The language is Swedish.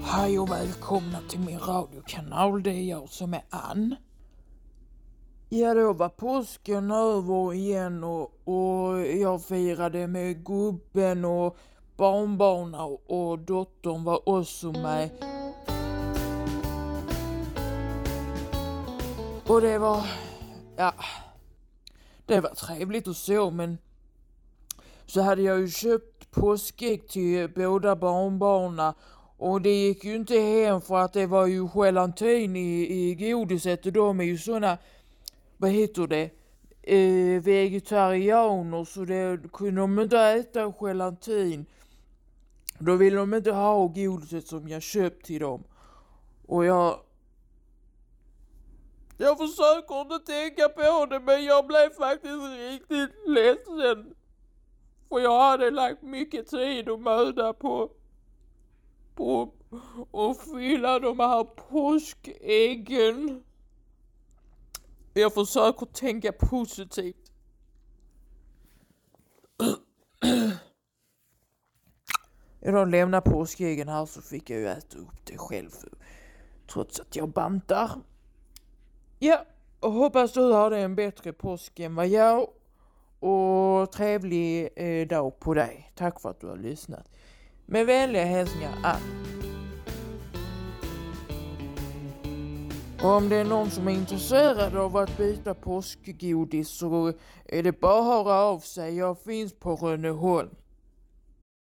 Hej och välkomna till min radiokanal, det är jag som är Ann. Ja, då var påsken över igen och jag firade med gubben och barnbarna och dottern var också med. Och det var trevligt och så, men så hade jag ju köpt påskägg till båda barnbarna. Och det gick ju inte hem för att det var ju gelatin i godiset och de är ju såna, vegetarianer, så det kunde de inte äta gelatin. Då ville de inte ha godiset som jag köpt till dem. Och jag försöker inte tänka på det, men jag blev faktiskt riktigt ledsen. För jag hade lagt mycket tid och möda på att fylla de här påskäggen. Jag försöker tänka positivt. Jag lämnade påskäggen här så fick jag ju äta upp det själv. Trots att jag bantar. Ja, och hoppas du hade en bättre påsk än vad jag. Och trevlig dag på dig. Tack för att du har lyssnat. Med vänliga hälsningar, Ann. Och om det är någon som är intresserad av att byta påskgodis så är det bara att höra av sig. Jag finns på Rönneholm.